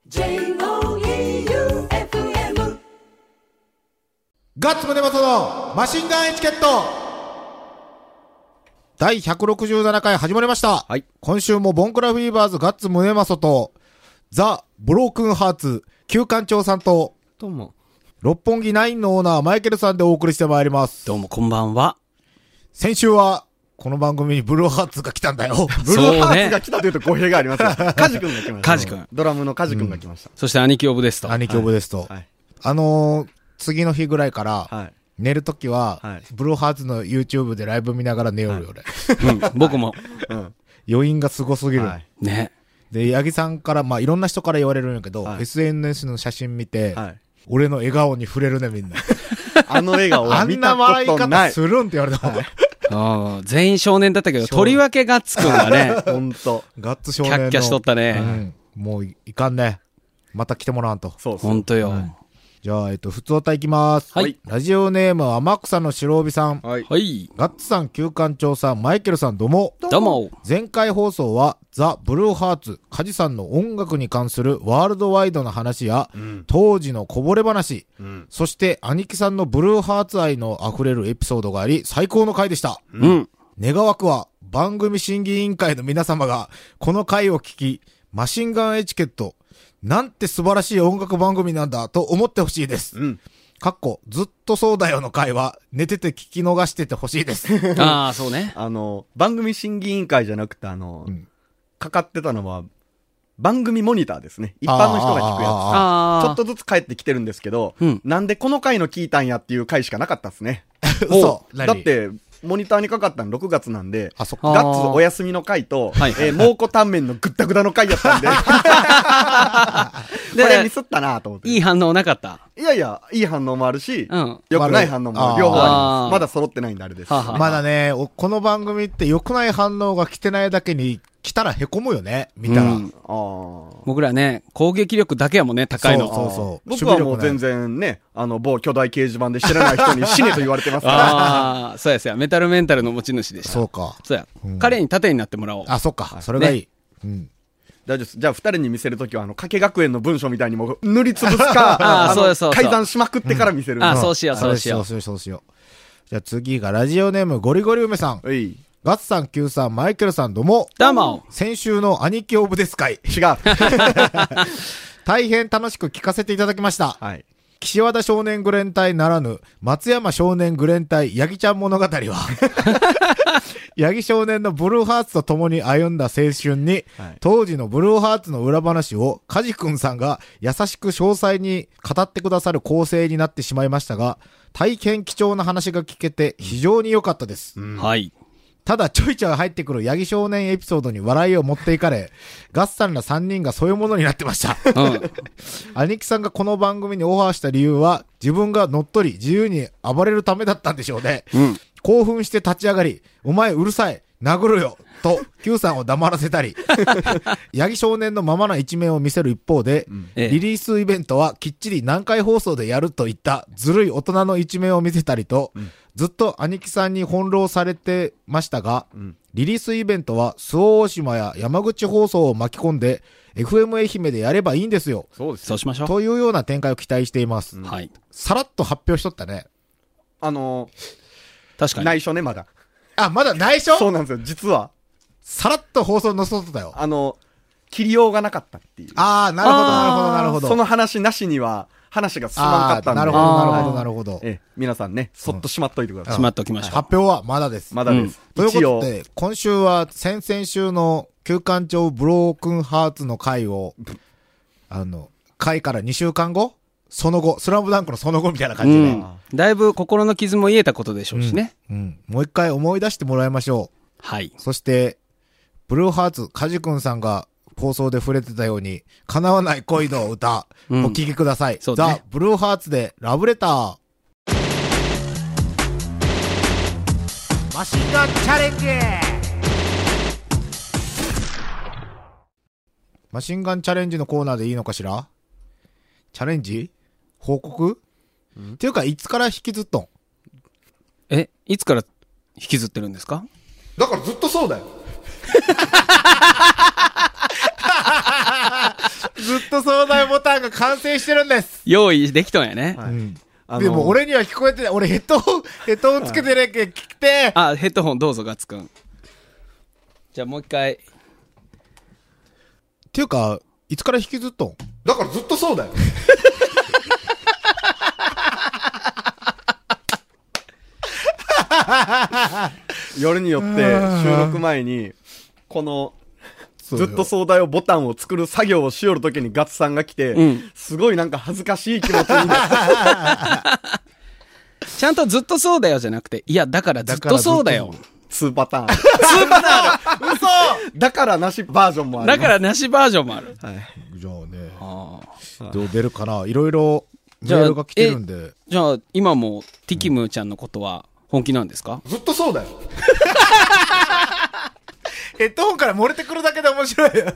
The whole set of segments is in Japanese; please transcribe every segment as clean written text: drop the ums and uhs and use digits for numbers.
J-O-E-U-F-M ガッツムネマソのマシンガンエチケット第167回始まりました、 はい、 今週もボンクラフィーバーズガッツムネマソとザ・ブロークンハーツ旧館長さんとどうも六本木ナインのオーナーマイケルさんでお送りしてまいります。 どうもこんばんは。 先週はこの番組にブルーハーツが来たんだよ。 ブルーハーツが来たというと語弊がありますよ。カジ君が来ました。 カジ君。 ドラムのカジ君が来ました。 そして兄貴オブですと。 兄貴オブですと。 はい、 次の日ぐらいから、 はい、 寝るときは、 はい、 ブルーハーツの YouTube でライブ見ながら寝よるよ、俺。 僕も。 余韻がすごすぎる。 はい、 ね。 で、八木さんから、まあ、いろんな人から言われるんやけど、 はい、 SNS の写真見て、 はい、 俺の笑顔に触れるね、みんな。 あの笑顔は見たあんな笑いことない。 方するんって言われたもん。 全員少年だったけど、とりわけガッツくんがね、 ほんと。 ガッツ少年の。 キャッキャしとったね。 もういかんね。また来てもらわんと。 そうほんとよ。 じゃあ、普通歌いきます。 はい。 ラジオネームは天草の白帯さん。 はい。 はい。 ガッツさん、旧館長さん、マイケルさん、どうも。 どうも。 前回放送は、ザ・ブルーハーツ、カジさんの音楽に関するワールドワイドな話や、当時のこぼれ話、そして兄貴さんのブルーハーツ愛の溢れるエピソードがあり、最高の回でした。願わくは、番組審議委員会の皆様が、この回を聞き、マシンガンエチケット、なんて素晴らしい音楽番組なんだと思ってほしいです。かっこ、ずっとそうだよの回は、寝てて聞き逃しててほしいです。 ああ、そうね。 番組審議委員会じゃなくて、かかってたのは、番組モニターですね。一般の人が聞くやつ。ちょっとずつ帰ってきてるんですけど、なんでこの回の聞いたんやっていう回しかなかったですね。 嘘。 だって、モニターにかかったの6月なんで、 そっか。 ガッツお休みの回と、蒙古タンメンのぐったぐだの回やったんで、これミスったなと思って。 いい反応なかった。 いやいや、いい反応もあるし、良くない反応も両方あります。まだ揃ってないんであれです。 まだね、この番組って良くない反応が来てないだけに、来たら凹むよね、見たら。 僕らね、攻撃力だけやもんね、高いの。 そう僕はもう全然ね、某巨大掲示板で知らない人に死ねと言われてますから。 ああ、そうやそうや、メタルメンタルの持ち主でした。 そうか。 そうや。彼に盾になってもらおう。 あ、そっか。それがいい。 大丈夫です。じゃあ二人に見せるときは、加計学園の文章みたいにも塗りつぶすか、改ざんしまくってから見せる。 そうしよう、そうしよう。 そうしよう。じゃあ次がラジオネームゴリゴリ梅さん。ガッツさん、Q さん、マイケルさん、どうも。 どうも。 先週の兄貴オブです会。 違う。 大変楽しく聞かせていただきました。 はい。 岸和田少年グレン隊ならぬ、松山少年グレン隊、ヤギちゃん物語は、ヤギ少年のブルーハーツと共に歩んだ青春に、当時のブルーハーツの裏話を、カジ君さんが優しく詳細に語ってくださる構成になってしまいましたが、大変貴重な話が聞けて非常に良かったです。 はい。 ただちょいちょい入ってくるヤギ少年エピソードに笑いを持っていかれ、ガッサンら3人がそういうものになってました。兄貴さんがこの番組にオファーした理由は、自分が乗っ取り自由に暴れるためだったんでしょうね。興奮して立ち上がり、お前うるさい、殴るよ、と、Q さんを黙らせたり、ヤギ少年のままな一面を見せる一方で、リリースイベントはきっちり何回放送でやるといったずるい大人の一面を見せたりと、ずっと兄貴さんに翻弄されてましたが、リリースイベントは周防大島や山口放送を巻き込んで FM 愛媛でやればいいんですよ。 そうです。そうしましょう。 というような展開を期待しています。 はい。 さらっと発表しとったね。 確かに。 内緒ね、まだ。 あ、まだ内緒？ そうなんですよ、実は。 さらっと放送の外だよ。 切りようがなかったっていう。 ああ、なるほど、なるほど、なるほど。 その話なしには、話が進まんかったんで。 なるほど、なるほど、なるほど。 皆さんね、そっとしまっといてください。 しまっときましょう。 発表はまだです。 まだです。 ということで、今週は先々週の旧館長ブロークンハーツの回を、回から2週間後その後、スラムダンクのその後みたいな感じで。 だいぶ心の傷も癒えたことでしょうしね。 もう一回思い出してもらいましょう。はい。 そして、ブルーハーツ、カジ君さんが放送で触れてたように、叶わない恋の歌、お聴きください。ザ・ブルーハーツでラブレター。マシンガンチャレンジ。マシンガンチャレンジのコーナーでいいのかしら？チャレンジ？報告？っていうか、いつから引きずっとん？ いつから引きずってるんですか？ だからずっとそうだよ。ずっとそうだよ、 が完成してるんです。 用意できとんやね。 はいでも俺には聞こえてない。俺ヘッドホンつけてねえけど聞きて。 あ、ヘッドホンどうぞ、ガッツくん。じゃあもう一回。 っていうか、いつから引きずっとん？だからずっとそうだよ。 夜によって収録前に、この、ずっと壮大をボタンを作る作業をしよるときにガッツさんが来て、すごいなんか恥ずかしい気持ちになって。 ちゃんとずっとそうだよじゃなくて、いや、だからずっとそうだよ。 2パターン。 2パターンある。 嘘だからなしバージョンもある。 だからなしバージョンもある。 はい。 じゃあね、どう出るかな。いろいろメールが来てるんで。 じゃあ、今もティキムーちゃんのことは本気なんですか？ ずっとそうだよ。ヘッドホンから漏れてくるだけで面白いよ。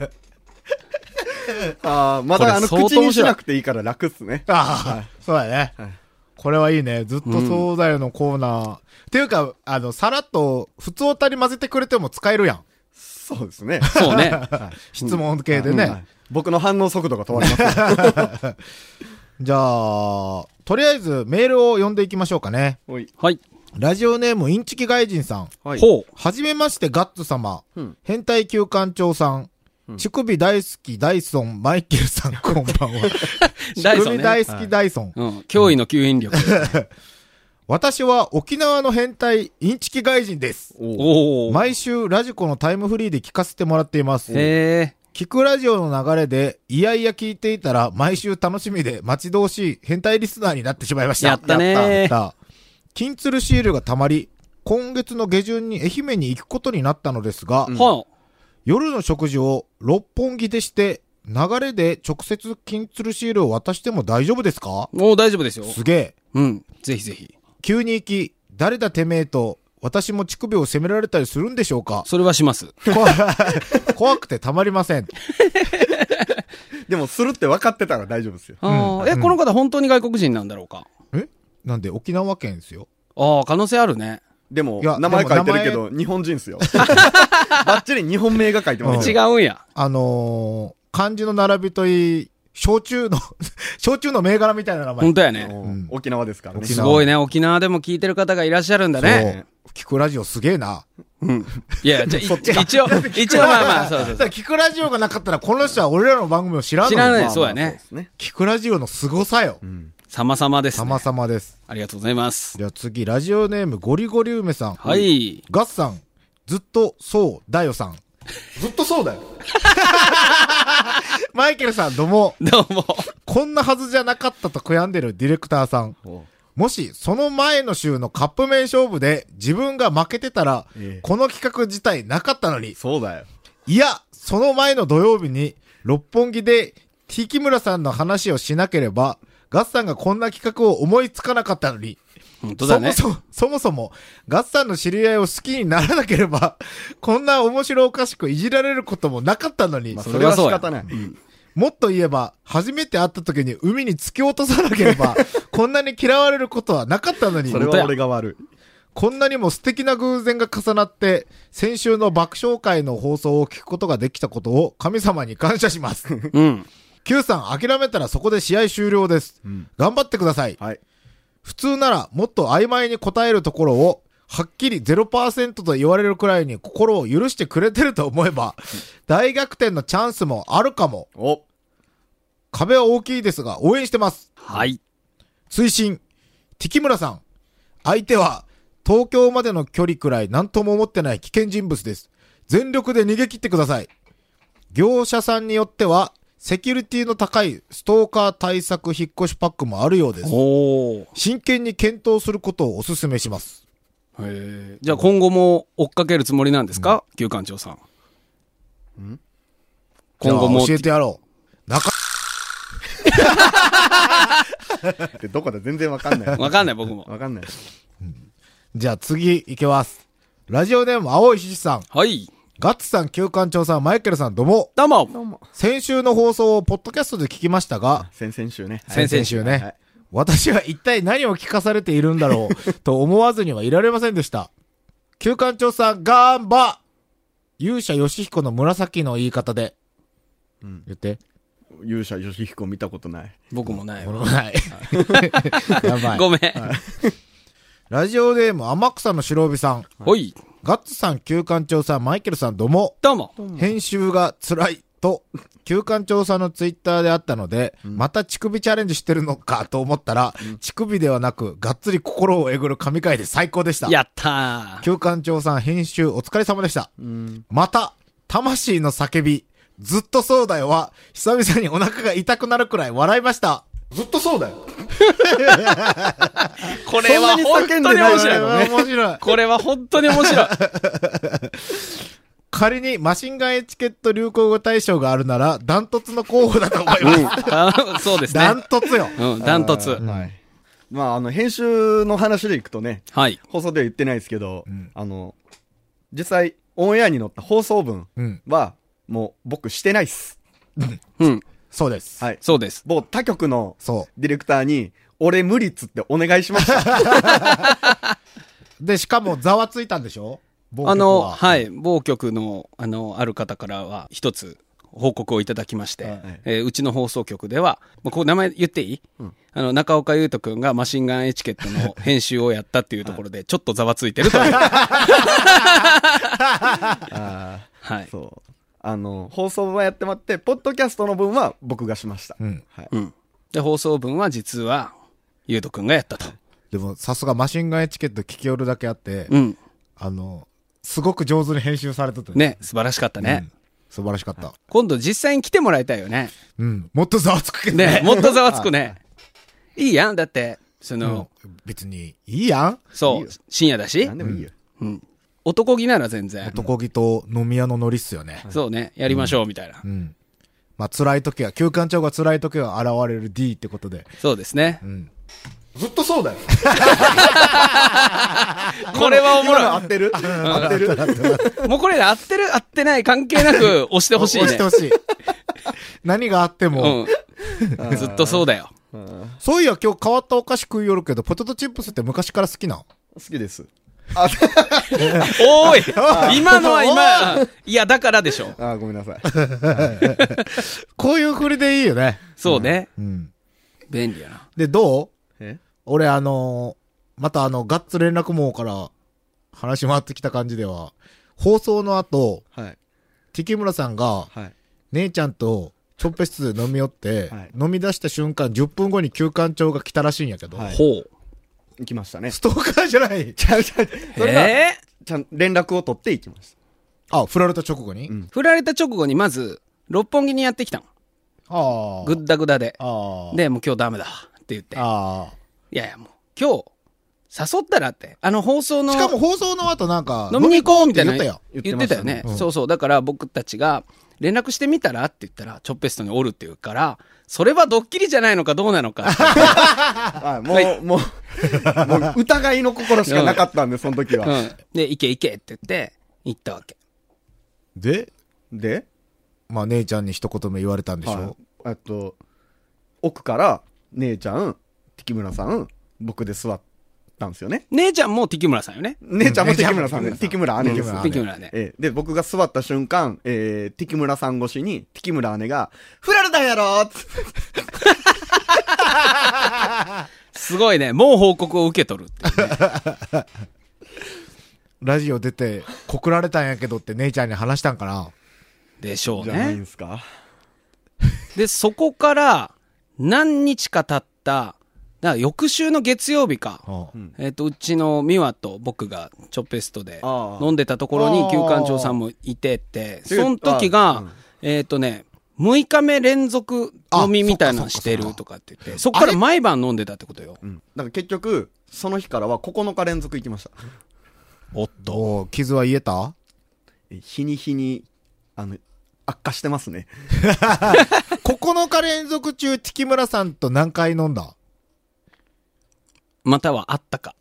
まだ口にしなくていいから楽っすね。 そうだね。これはいいね。ずっとそうだよのコーナー。っていうか、さらっと、普通おたに混ぜてくれても使えるやん。 そうですね。 そうね。 質問系でね。 僕の反応速度が問われます。 じゃあ、とりあえずメールを読んでいきましょうかね。 はい。 ラジオネームインチキ外人さん。 ほう。 はじめましてガッツ様。変態旧館長さん。乳首大好きダイソンマイケルさんこんばんは。乳首大好きダイソン。 驚異の吸引力。 私は沖縄の変態インチキ外人です。毎週ラジコのタイムフリーで聞かせてもらっています。聞くラジオの流れでいやいや聞いていたら毎週楽しみで待ち遠しい変態リスナーになってしまいました。 やったねー。金鶴シールがたまり、今月の下旬に愛媛に行くことになったのですが、夜の食事を六本木でして、流れで直接金鶴シールを渡しても大丈夫ですか？ もう大丈夫ですよ。 すげえ。 ぜひぜひ。 急に行き、誰だてめえと、私も乳首を責められたりするんでしょうか？ それはします。 怖くてたまりません。 でも、するって分かってたら大丈夫ですよ。 この方本当に外国人なんだろうか？ なんで沖縄県ですよ。 可能性あるね。 でも、名前書いてるけど、日本人っすよ。バッチリ日本名が書いてますよ。違うんや。 漢字の並びといい、焼酎の銘柄みたいな名前。 本当やね。 沖縄ですからね。 すごいね。沖縄でも聞いてる方がいらっしゃるんだね。 聞くラジオすげえな。 いや、じゃ一応まあ、そう。 聞くラジオがなかったら、この人は俺らの番組を知らんの。 知らない、そうやね。 聞くラジオの凄さよ。 様々ですね。 様々です。 ありがとうございます。 じゃあ次、ラジオネームゴリゴリ梅さん。 はい。 ガッさん、ずっとそうだよさん。ずっとそうだよ。マイケルさん、どうも。 どうも。 こんなはずじゃなかったと悔やんでるディレクターさん。もし、その前の週のカップ麺勝負で自分が負けてたら、この企画自体なかったのに。 そうだよ。 いや、その前の土曜日に、六本木で、T木村さんの話をしなければ、ガッさんがこんな企画を思いつかなかったのに。 本当だね。 そもそも、ガッさんの知り合いを好きにならなければ、こんな面白おかしくいじられることもなかったのに。 それは仕方ない。 もっと言えば、初めて会った時に海に突き落とさなければ、こんなに嫌われることはなかったのに。 それは俺が悪い。 こんなにも素敵な偶然が重なって、先週の爆笑会の放送を聞くことができたことを神様に感謝します。Q さん諦めたらそこで試合終了です。頑張ってください。普通ならもっと曖昧に答えるところを、はっきり 0% と言われるくらいに心を許してくれてると思えば、大逆転のチャンスもあるかも。壁は大きいですが応援してます。 はい。 推進、ティキムラさん。相手は東京までの距離くらい何とも思ってない危険人物です。全力で逃げ切ってください。業者さんによっては、セキュリティの高いストーカー対策引っ越しパックもあるようです。真剣に検討することをお勧めします。 じゃあ今後も追っかけるつもりなんですか、旧館長さん。 今後も教えてやろう。 どこだ全然わかんない。 わかんない僕も。 わかんない。 じゃあ次いけます。ラジオネーム青い獅子さん。 はい。 ガッツさん、旧館長さん、マイケルさん、どうも。 どうも。 先週の放送をポッドキャストで聞きましたが、 先々週ね。 先々週ね。はい、私は一体何を聞かされているんだろう、と思わずにはいられませんでした。旧館長さん、ガンバ勇者ヨシヒコの紫の言い方で。言って。 勇者ヨシヒコ見たことない。 僕もないわ。 俺もない。やばい。 ごめん。 ラジオネーム天草の白帯さん。 ほい。 ガッツさん、旧館長さん、マイケルさん、どうも。 どうも。 編集が辛いと、旧館長さんのツイッターであったので、また乳首チャレンジしてるのかと思ったら、乳首ではなく、がっつり心をえぐる神回で最高でした。 やったー。 旧館長さん、編集お疲れ様でした。また、魂の叫び、ずっとそうだよは、久々にお腹が痛くなるくらい笑いました。ずっとそうだよ。 これは本当に面白い。 面白い。 これは本当に面白い。 仮にマシンガンエチケット流行語大賞があるなら、ダントツの候補だと思います。 そうですね。 ダントツよ。 うん、ダントツ。 はい。まあ、編集の話でいくとね、 はい。 放送では言ってないですけど、実際、オンエアに載った放送文は、もう僕してないっす。 うん。 そうです。 はい。 そうです。 某他局のディレクターに、俺無理っつってお願いしました。 で、しかもざわついたんでしょ？ はい。某局の、ある方からは一つ報告をいただきまして、うちの放送局では、こう名前言っていい？中岡優斗くんがマシンガンエチケットの編集をやったっていうところで、ちょっとざわついてるという。 はい。そう。放送はやってもらって、ポッドキャストの分は僕がしました。はい。 で、放送分は実は、優斗くんがやったと。 でも、さすがマシンガンエチケット聞き寄るだけあって、すごく上手に編集されててね、素晴らしかったね。 素晴らしかった。 今度実際に来てもらいたいよね。 もっとざわつくけどね。 もっとざわつくね。いいやん、だって、 別に、いいやん。 そう、深夜だし。 なんでもいいよ。 男気なら全然。 男気と飲み屋のノリっすよね。 そうね、やりましょう、みたいな。 まあ、辛い時は、旧館長が辛い時は現れる D ってことで。 そうですね。 ずっとそうだよ。 これはおもろい。 合ってる合ってるもうこれ合ってる合ってない関係なく押してほしいね。 押してほしい。何があっても。 ずっとそうだよ。 そういや今日変わったお菓子食いよるけど、ポテトチップスって昔から好きなの？ 好きです。 おーい今のはいやだからでしょ。 ごめんなさい。 こういう振りでいいよね。 そうね。便利やな。 で、どう？俺またガッツ連絡網から話回ってきた感じでは、放送の後、ティキムラさんが、姉ちゃんとチョッペ室で飲み寄って、飲み出した瞬間10分後に旧館長が来たらしいんやけど。 ほう。 行きましたね。 ストーカーじゃない。 それがちゃん連絡を取って行きました。 振られた直後に？ 振られた直後にまず、六本木にやってきたの。 ぐったぐだで。で、もう今日ダメだって言って。いやいや、もう、今日、誘ったらって、放送の。 しかも放送の後なんか、 飲みに行こうみたいな。 言ってたよね。そうそう。だから僕たちが、連絡してみたらって言ったら、チョッペストにおるって言うから、それはドッキリじゃないのかどうなのか。 もう疑いの心しかなかったんで、その時は。 で、行け行けって言って、行ったわけ。 でまあ、姉ちゃんに一言目言われたんでしょ？ 奥から、姉ちゃん、ティキムラさん、僕で座ったんですよね。 姉ちゃんもティキムラさんよね。 姉ちゃんもティキムラさんね。ティキムラ姉です。 ティキムラね。 で、僕が座った瞬間、ティキムラさん越しに、ティキムラ姉が、振られたんやろすごいね。もう報告を受け取るっていうね。 ラジオ出て、告られたんやけどって姉ちゃんに話したんかな？ でしょうね。 じゃないんすか。 で、そこから、何日か経った、翌週の月曜日か。うちのミワと僕がチョッペストで飲んでたところに旧館長さんもいてって、その時が、6日目連続飲みみたいなのしてるとかって言って、そっから毎晩飲んでたってことよ。 だから結局、その日からは9日連続行きました。 おっと。傷は癒えた？ 日に日に、悪化してますね。 9日連続中、ティキムラさんと何回飲んだ？ またはあったか。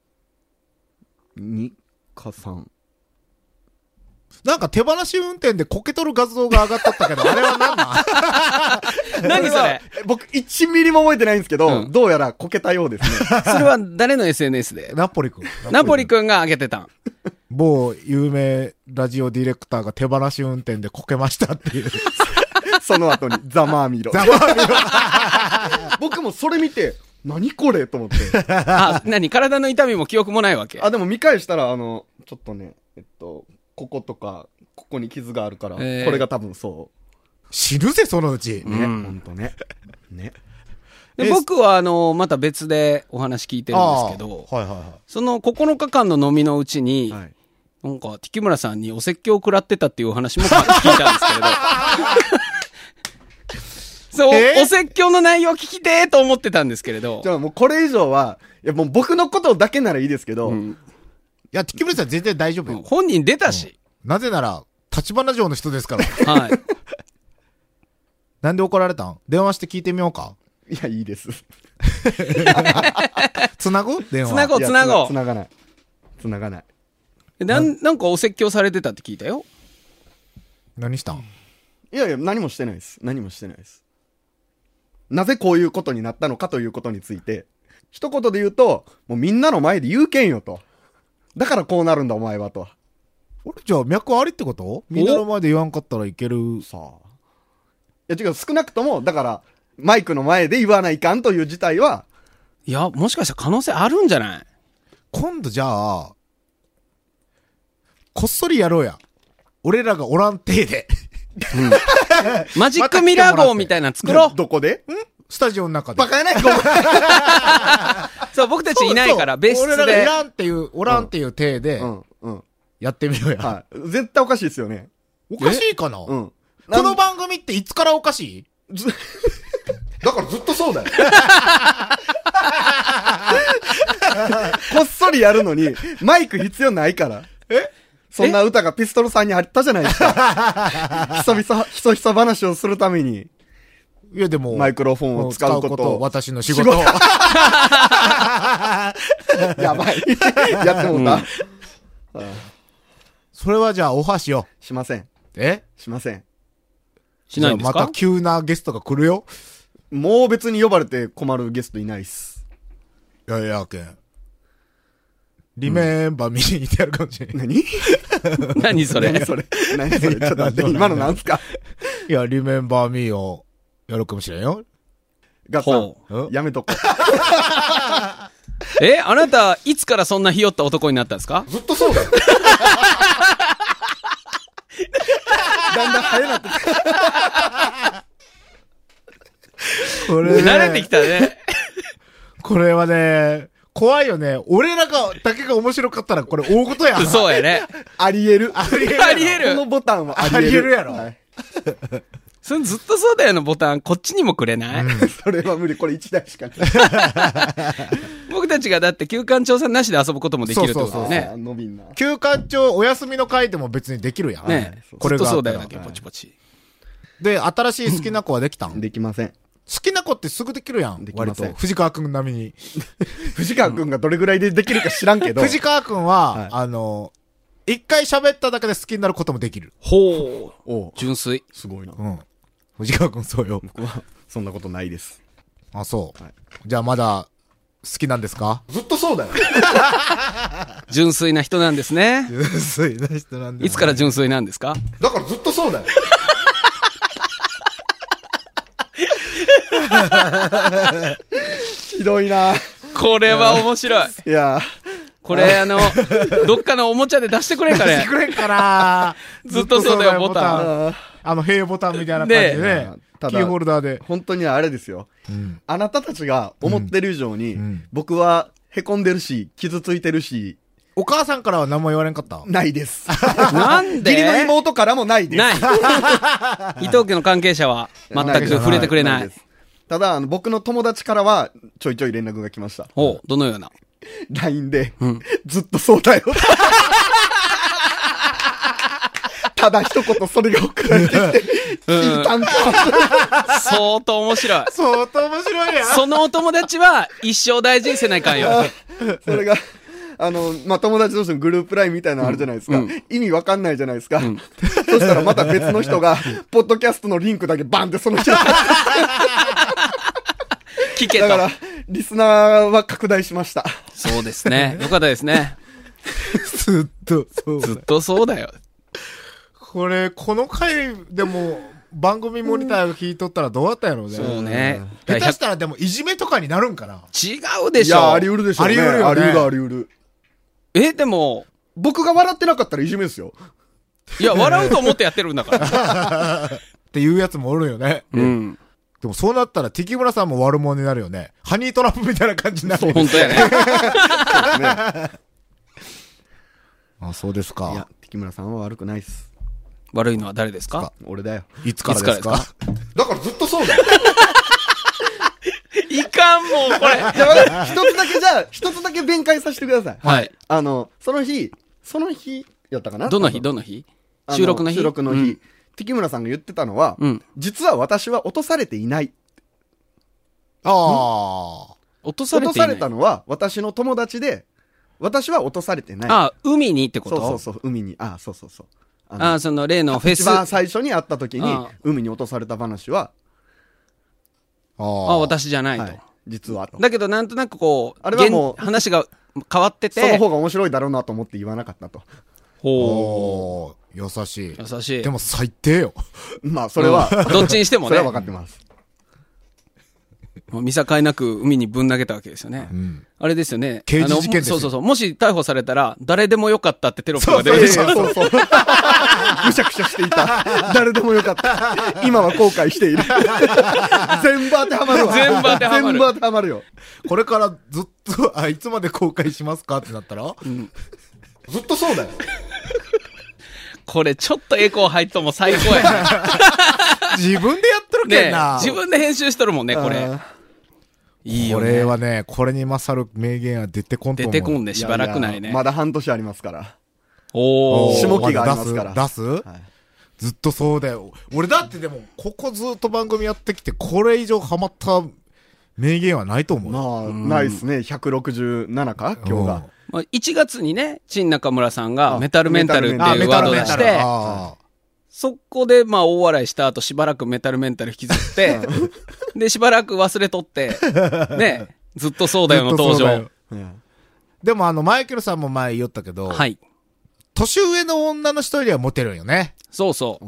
2か3。 なんか手放し運転でこけとる画像が上がっとったけど、あれは何なん何それ？ 僕1ミリも覚えてないんですけど、どうやらこけたようですね。 それは誰の SNS で？ ナポリ君が上げてたん。 某有名ラジオディレクターが手放し運転でこけましたっていう。 その後に、ざまあみろ。 ざまあみろ。 僕もそれ見て、何これと思って。 体の痛みも記憶もないわけ？ でも見返したら、ちょっとね、こことか、ここに傷があるから、これが多分そう。 死ぬぜ、そのうち。 ね、ほんとね。ね。 で僕はまた別でお話聞いてるんですけど、 はいはいはい。 その9日間の飲みのうちに、 はい、 なんか、木村さんにお説教を食らってたっていうお話も聞いたんですけれど。そう、お説教の内容聞きてーと思ってたんですけれど。 じゃあもうこれ以上は、いやもう僕のことだけならいいですけど、いや、木村さん全然大丈夫よ。 本人出たし。 なぜなら、立花城の人ですから。 はい。 なんで怒られたん？電話して聞いてみようか。 いや、いいです。 つなぐ？電話。 つなごう。 つながない。つながない。 なんかお説教されてたって聞いたよ。 何したん？ いやいや、何もしてないです。何もしてないです。なぜこういうことになったのかということについて、一言で言うと、もうみんなの前で言うけんよと。だからこうなるんだお前はと。 俺じゃあ脈ありってこと？みんなの前で言わんかったらいけるさ。 いや違う、少なくとも、だから、マイクの前で言わないかんという事態は、 いや、もしかしたら可能性あるんじゃない？ 今度じゃあ、こっそりやろうや。俺らがおらんていで。 マジックミラー号みたいなの作ろう。 どこで？ スタジオの中で。 バカやないか、 そう、僕たちいないから、別室で。 俺らがいらんっていう、おらんっていう体で、やってみようや。 はい。絶対おかしいですよね。 おかしいかな？ うん。 この番組っていつからおかしい？ だからずっとそうだよ。こっそりやるのに、マイク必要ないから。そんな歌がピストルさんにあったじゃないですか。ひそひそ話をするために。 いやでも、 マイクロフォンを使うこと。 私の仕事。 やばい。やってもうた。 それはじゃあオファーしよう。しません。しません。 しないんですか？ また急なゲストが来るよ。 もう別に呼ばれて困るゲストいないっす。 いやいやけん。リメンバー見に行ってやるかもしれん。 何何それ何それちょっと待って、今のなんすか？ いや、リメンバーミーをやるかもしれんよ。 ガッサン、やめとこ。 あなた、いつからそんなひよった男になったんですか？ ずっとそうだよ。だんだん早なってきた。 これね、 慣れてきたね。 これはね、怖いよね。俺らだけが面白かったらこれ大事やん。 そうやね。 あり得る。 あり得る。 このボタンはあり得るやろ。 はい、 それずっとそうだよのボタン、こっちにもくれない？ それは無理。これ1台しかない。 僕たちがだって休館長さんなしで遊ぶこともできるってことだよね。 伸びんな。 休館長お休みの回でも別にできるやん。 ね。 これがずっとそうだよだけど、ポチポチ。 で、新しい好きな子はできたん？ できません。 好きな子ってすぐできるやん。 できません。 割と。藤川くん並みに。 藤川くんがどれぐらいでできるか知らんけど。 藤川くんは、一回喋っただけで好きになることもできる。 ほう。純粋。 すごいな。 うん。藤川くんそうよ。 僕は、そんなことないです。 あ、そう。はい、じゃあまだ、好きなんですか？ ずっとそうだよ。 純粋な人なんですね。 純粋な人なんですね。 いつから純粋なんですか？ だからずっとそうだよ。ひどいな。 これは面白い。 いやこれどっかのおもちゃで出してくれんかね。 出してくれんかな。 ずっとそうだよ、ボタン。平ボタンみたいな感じでね。キーホルダーで。 本当にあれですよ。あなたたちが思ってる以上に、僕は凹んでるし、傷ついてるし、 お母さんからは何も言われんかった？ ないです。 なんで？ 義理の妹からもないです。 ない。伊藤家の関係者は全く触れてくれない。 ただ、僕の友達からはちょいちょい連絡が来ました。 おう、どのような？ LINE で、ずっとそうだよ。ただ一言それが送られてきて、 相当面白い。 相当面白いやん。 そのお友達は一生大事にせないかんよ。 それが、友達同士のグループラインみたいなのあるじゃないですか。意味わかんないじゃないですか。そしたらまた別の人が、ポッドキャストのリンクだけバンってその人聞けと。 だから、リスナーは拡大しました。 そうですね。よかったですね。 ずっとそう。 ずっとそうだよ。 この回でも、 番組モニターが聞いとったらどうだったんやろうね。 そうね。 下手したらでもいじめとかになるんかな。 違うでしょ。 いや、あり得るでしょうね。 あり得るよね。 あり得る。 でも、 僕が笑ってなかったらいじめですよ。 いや、笑うと思ってやってるんだから。 っていうやつもおるよね。 うん。 でもそうなったら、敵村さんも悪者になるよね。ハニートラップみたいな感じになるよね。 本当やね。 あ、そうですか。 いや、敵村さんは悪くないっす。 悪いのは誰ですか？ 俺だよ。 いつからですか？ だからずっとそうだよ。 いかんもん、これ。 一つだけ弁解させてください。 はい。 その日やったかな？ どの日収録の日？ 収録の日。敵村さんが言ってたのは、実は私は落とされていない。 ああ。 落とされたのは私の友達で、私は落とされてない。 ああ、海にってこと？ そう、海に。ああ、そう。 その例のフェス。 一番最初に会った時に、海に落とされた話は、 私じゃないと。 実は。 だけどなんとなくこう、 あれはもう、 話が変わってて。 その方が面白いだろうなと思って言わなかったと。 ほう。優しい。 優しい。 でも最低よ。 まあ、それは、 どっちにしてもね。 それは分かってます。 もう見境なく海にぶん投げたわけですよね。あれですよね。 刑事事件ですよ。 そう。もし逮捕されたら、誰でもよかったってテロップが出るでしょ。 そう。むしゃくしゃしていた。誰でもよかった。今は後悔している。全部当てはまるわ。 全部当てはまるよ。 これからずっと、いつまで後悔しますかってなったら、 ずっとそうだよ。 これちょっとエコー入っとも最高やな。 自分でやっとるけんな。 自分で編集しとるもんね、これ。いいよね。 これはね、これに勝る名言は出てこんと思う。 出てこんね、しばらくないね。 まだ半年ありますから。 おー。 下期がありますから。 出す、ずっとそうだよ。俺だってでも、ここずっと番組やってきて、これ以上ハマった名言はないと思う。 まあ、ないっすね。167か今日が。 1月にね、陳中村さんがメタルメンタルっていうワードを出して、そこで大笑いした後しばらくメタルメンタル引きずって、で、しばらく忘れとって、ね、ずっとそうだよの登場。 でもマイケルさんも前言ったけど、 はい。 年上の女の人よりはモテるんよね。 そうそう。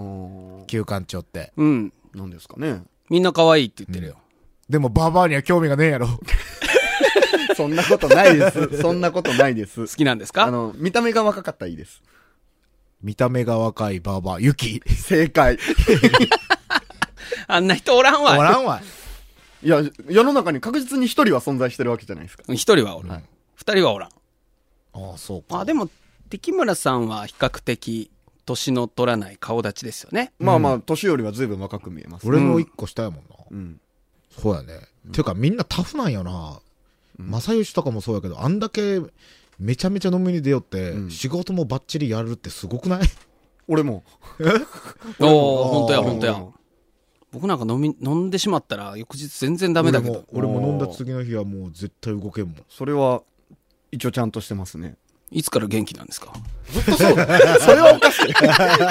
旧館長って。 うん。 なんですかね。 みんな可愛いって言ってるよ。 でもババアには興味がねえやろ。 そんなことないです。そんなことないです。 好きなんですか？ 見た目が若かったらいいです。 見た目が若いババア、ユキ。 正解。 あんな人おらんわ。 おらんわ。 いや、世の中に確実に一人は存在してるわけじゃないですか。 一人はおらん。二人はおらん。 ああ、そうか。 でも、敵村さんは比較的、年の取らない顔立ちですよね。 まあ、年よりは随分若く見えます。 俺の一個下やもんな。 うん。 そうやね。ていうかみんなタフなんよな。正義とかもそうやけど、あんだけめちゃめちゃ飲みに出よって、仕事もバッチリやるってすごくない？ 俺も。 ほんとや。僕なんか飲んでしまったら翌日全然ダメだけど。 俺も飲んだ次の日はもう絶対動けんもん。 それは、一応ちゃんとしてますね。 いつから元気なんですか？ ずっとそうだ。それはおかしい。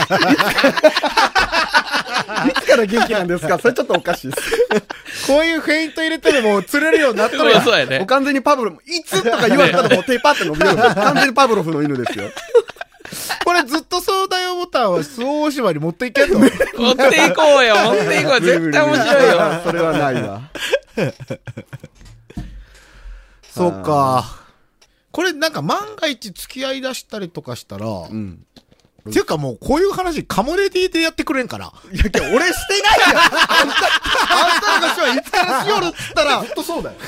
いつから元気なんですか？それちょっとおかしいです。 こういうフェイント入れても釣れるようになったらそうやね。 もう完全にパブロフ、いつとか言われたらもう手パって伸びる。完全にパブロフの犬ですよ。 これずっとそうだよボタンは周防大島に持っていけんの？持っていこうよ、絶対面白いよ。 それはないわ。 そうか。これなんか万が一付き合い出したりとかしたら、っていうかもうこういう話カモレディでやってくれんから。 いや、俺してないやん。あんたらがしはいつからしよるっつったら、ずっとそうだよ。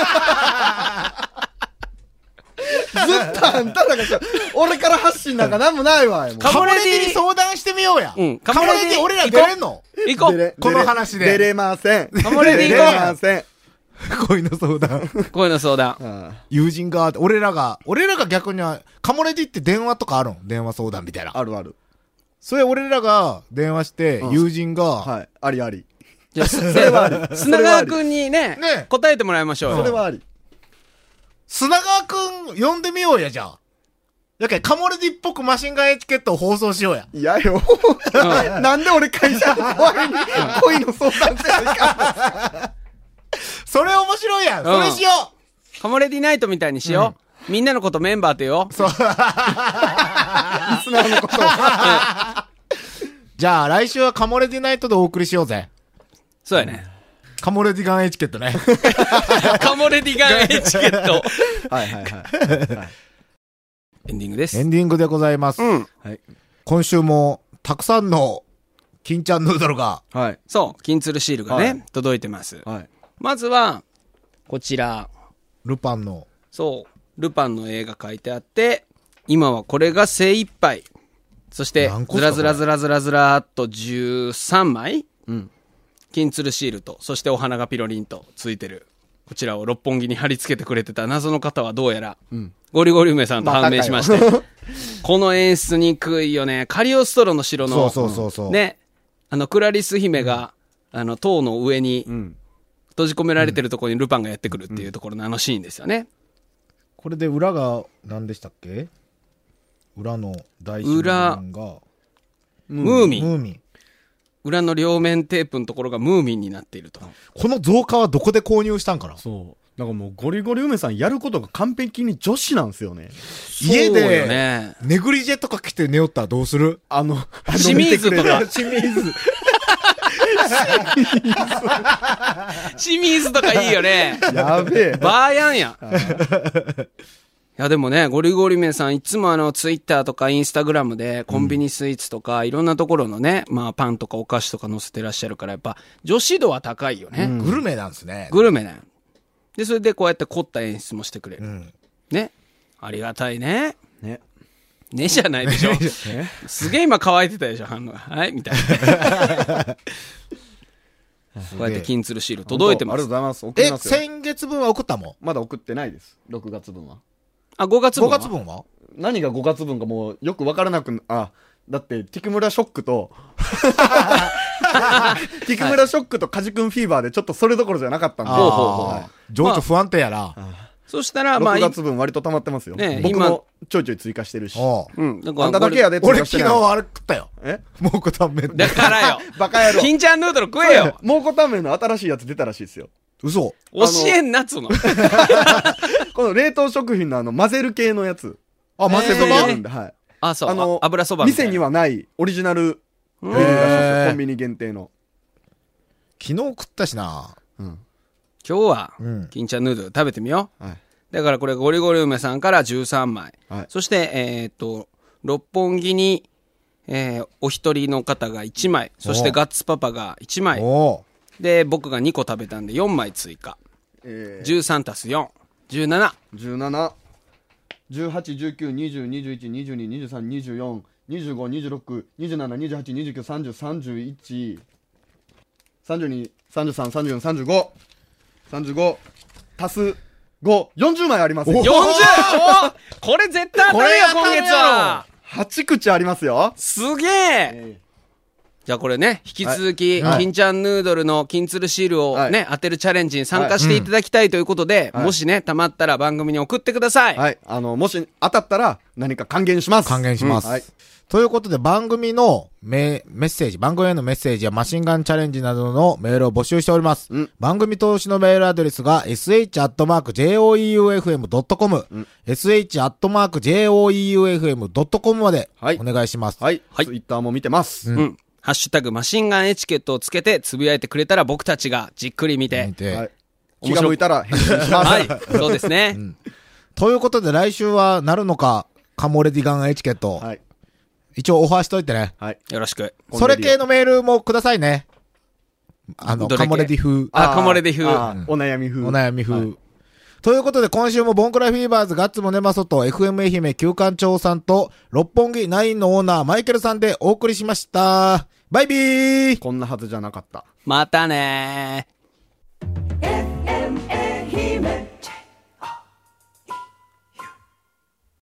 ずっとあんたらがしよる。俺から発信なんかなんもないわ。 カモレディに相談してみようや。カモレディ俺ら出れんの？ 行こう。 この話で。 出れません。 カモレディ出れません。 恋の相談。 恋の相談。 友人が、俺らが逆には、カモレディって電話とかあるん？電話相談みたいな。 あるある。 それ俺らが電話して、友人が、 はい。ありあり。 じゃあ、それはあり。砂川くんにね、答えてもらいましょうよ。 それはあり。 砂川くん呼んでみようや、じゃあ。だけどカモレディっぽくマシンガンエチケットを放送しようや。 いやよ。なんで俺会社の終わりに恋の相談せないか。 それ面白いやん。それしよう。カモレディナイトみたいにしよう。みんなのことメンバーってよ。そう。リスナーのこと。 じゃあ来週はカモレディナイトでお送りしようぜ。 そうやね。 カモレディガンエチケットね。 カモレディガンエチケット。 はいはいはい。 エンディングです。 エンディングでございます。 うん。 はい。 今週もたくさんの金ちゃんヌードルが。 はい。 そう、金鶴シールがね、 はい届いてます。 はい。 まずは、こちら。 ルパンの。 そう、ルパンの絵が書いてあって、今はこれが精一杯。そして何、個っすかずらずらずらずらずらっと13枚、 うん。 金鶴シールと、そしてお花がピロリンとついてる。こちらを六本木に貼り付けてくれてた謎の方はどうやら、ゴリゴリ梅さんと判明しまして、この演出にくいよね。カリオストロの城の、 そう。 ね、クラリス姫が、塔の上に、閉じ込められてるところにルパンがやってくるっていうところのあのシーンですよね。 これで裏が何でしたっけ？裏の大神がムーミン。 ムーミン。 裏の両面テープのところがムーミンになっていると。 この造花はどこで購入したんかな？ そう。なんかもうゴリゴリ梅さんやることが完璧に女子なんですよね。 家そうよで、 ね、 ネグリジェとか着て寝よったらどうする？ 清水とか。 清水。 清水とかいいよね。 やべえ。 バーヤンや。いやでもね、ゴリゴリメさんいつもツイッターとかインスタグラムでコンビニスイーツとかいろんなところのね、まあパンとかお菓子とか載せてらっしゃるからやっぱ女子度は高いよね。 グルメなんですね。 グルメね。で、それでこうやって凝った演出もしてくれる。 うん、 ね。ありがたいね。 ね。 ねじゃないでしょ。すげえ今乾いてたでしょ、反応が。はい、みたいな。こうやって金鶴シール届いてます。 ありがとうございます。送りますよ。 先月分は送ったもん。 まだ送ってないです。6月分は。 あ、5月分は ?5 月分は何が5月分かもうよくわからなく、だってティクムラショックと、ティクムラショックとカジ君フィーバーでちょっとそれどころじゃなかったんで。 情緒不安定やな。 そしたら、まあ、 6月分割と溜まってますよ。 ね、 僕もちょいちょい追加してるし。 うん。 あんただけやで、 俺昨日あれ食ったよ。 え蒙古タンメン。 だからよ。 バカ野郎。 金ちゃんヌードル食えよ。 蒙古タンメンの新しいやつ出たらしいですよ。 嘘。 教えんなっつうの。 この冷凍食品の混ぜる系のやつ。 混ぜそば？ はい。 あ、そう。油そばみたいな。 店にはないオリジナルメニューらしいですよ。コンビニ限定の。 昨日食ったしな。 今日は、金ちゃんヌードル食べてみよう。 はい。 だからこれゴリゴリ梅さんから13枚。 はい。 そして、六本木に、お一人の方が1枚。そしてガッツパパが1枚。で、僕が2個食べたんで4枚追加。13たす4。17。 17。18、19、20、21、22、23、24、25、26、27、28、29、30、31、32、33、34、35、35、足す5、40枚ありますよ。 40! これ絶対当たるよ、今月は。 8口ありますよ。 すげえ。じゃあこれね、引き続き、金ちゃんヌードルの金鶴シールをね、当てるチャレンジに参加していただきたいということで、もしね、たまったら番組に送ってください。 はい。もし当たったら何か還元します。 還元します。はい。ということで番組のメッセージ、番組へのメッセージやマシンガンチャレンジなどのメールを募集しております。番組投資のメールアドレスが sh@joeufm.com、sh@joeufm.com までお願いします。 はい。ツイッターも見てます。 ハッシュタグマシンガンエチケットをつけてつぶやいてくれたら僕たちがじっくり見て。 はい。気が向いたら返信します。 はい。そうですね。 ということで来週はなるのか、カモレディガンエチケット。はい。一応オファーしといてね。 はい。よろしく。 それ系のメールもくださいね。カモレディ風。 カモレディ風。 お悩み風。 お悩み風。ということで今週もボンクラフィーバーズガッツムネマソと FM 愛媛旧館長さんと六本木9のオーナーマイケルさんでお送りしました。バイビー。 こんなはずじゃなかった。 またねー。